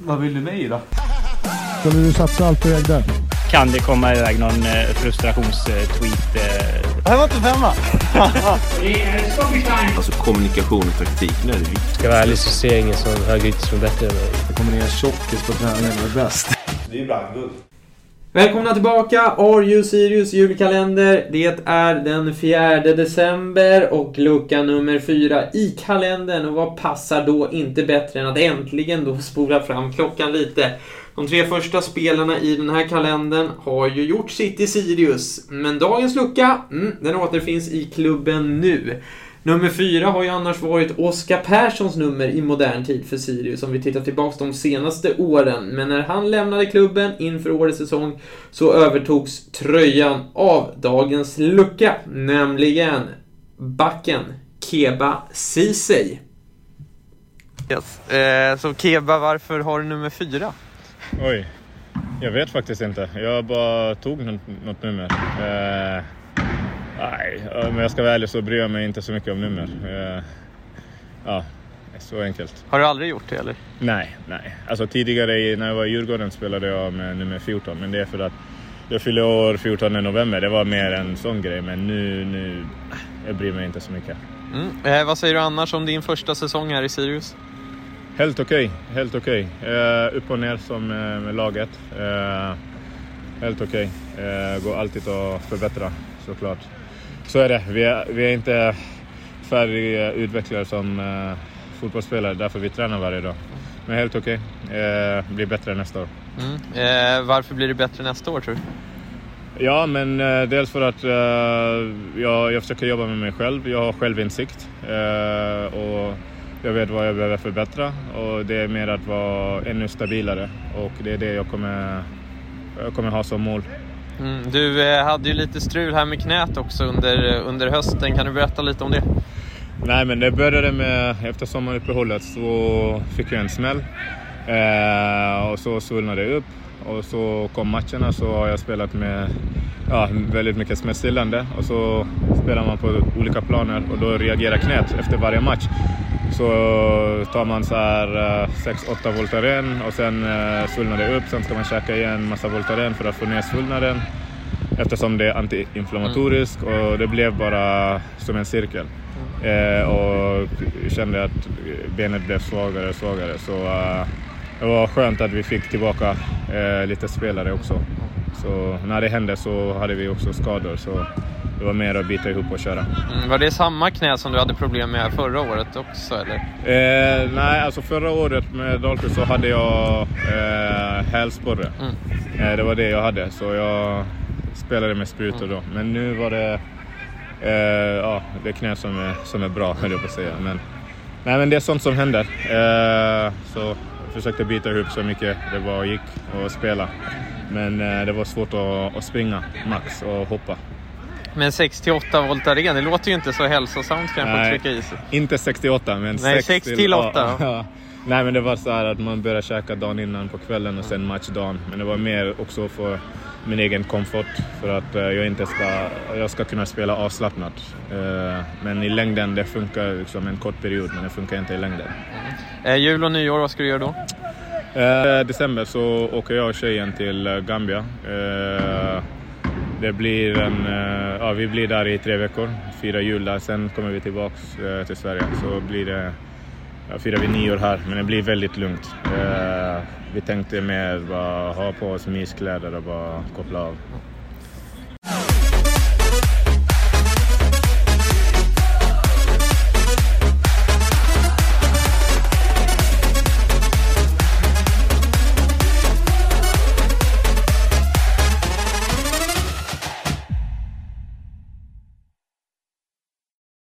Vad vill du med i då? Skulle du satsa allt på ägg där? Kan det komma iväg någon frustrationstweet? Det här var inte femma. Alltså kommunikation och taktik, nu är det viktigt. Ska vara ärlig så ser jag ingen som högerytter som är bättre än mig. Det kommer ner tjockis på träningen och är bäst. Det är ju brandguld. Välkomna tillbaka, Are You Serious julkalender. Det är den 4 december och lucka nummer 4 i kalendern. Och vad passar då inte bättre än att äntligen då spola fram klockan lite. De 3 första spelarna i den här kalendern har ju gjort sitt i Sirius. Men dagens lucka, den återfinns i klubben nu. Nummer 4 har ju annars varit Oskar Perssons nummer i modern tid för Sirius om vi tittar tillbaka de senaste åren. Men när han lämnade klubben inför årets säsong så övertogs tröjan av dagens lucka. Nämligen backen Keba Ceesay. Yes. Så Keba, varför har du nummer 4? Oj, jag vet faktiskt inte. Jag bara tog något nummer. Nej, men jag ska vara ärlig så bryr jag mig inte så mycket om nummer. Ja, så enkelt. Har du aldrig gjort det eller? Nej. Alltså tidigare när jag var i Djurgården spelade jag med nummer 14. Men det är för att jag fyllde år 14 november. Det var mer en sån grej. Men nu jag bryr mig inte så mycket. Vad säger du annars om din första säsong här i Sirius? Helt okej. Upp och ner som med laget. Helt okej. Går alltid att förbättra, såklart. Så är det. Vi är inte färdiga utvecklare som fotbollsspelare. Därför vi tränar varje dag. Men helt okej. Blir bättre nästa år. Varför blir det bättre nästa år tror du? Ja, men dels för att jag försöker jobba med mig själv. Jag har självinsikt. Och jag vet vad jag behöver förbättra. Och det är mer att vara ännu stabilare. Och det är det jag kommer ha som mål. Du hade ju lite strul här med knät också under hösten. Kan du berätta lite om det? Nej, men det började med efter sommaruppehållet så fick jag en smäll. Och så svullnade det upp. Och så kom matcherna så har jag spelat med väldigt mycket smärtstillande. Och så spelar man på olika planer och då reagerar knät efter varje match. Så tar man så här 6-8 Voltaren och sen svullnar det upp. Sen ska man käka igen massa Voltaren för att få ner svullnaden. Eftersom det är antiinflammatoriskt och det blev bara som en cirkel. Och jag kände att benet blev svagare och svagare. Så det var skönt att vi fick tillbaka lite spelare också. Så när det hände så hade vi också skador så det var mer att bita ihop och köra. Var det samma knä som du hade problem med förra året också eller? Nej, alltså förra året med Dalkurd så hade jag hälsporre. Det var det jag hade så jag spelade med sprutor då. Men nu var det det knä som är bra höll jag på att säga. Men det är sånt som händer. Så jag försökte bita ihop så mycket det bara gick och spela. Men det var svårt att springa max och hoppa. Men 6-8 Voltaren, det låter ju inte så hälsosamt kanske att trycka i sig. Inte 68 men 6-8. Ja. Nej, men det var så här att man började käka dagen innan på kvällen och sen matchdagen. Men det var mer också för min egen komfort. För att jag ska kunna spela avslappnat. Men i längden, det funkar liksom en kort period men det funkar inte i längden. Jul och nyår, vad ska du göra då? December så åker jag och tjejen till Gambia. Det blir vi blir där i 3 veckor, 4 jul där, sen kommer vi tillbaks till Sverige så blir det, firar vi nyår här men det blir väldigt lugnt. Vi tänkte mer bara ha på oss myskläder och bara koppla av.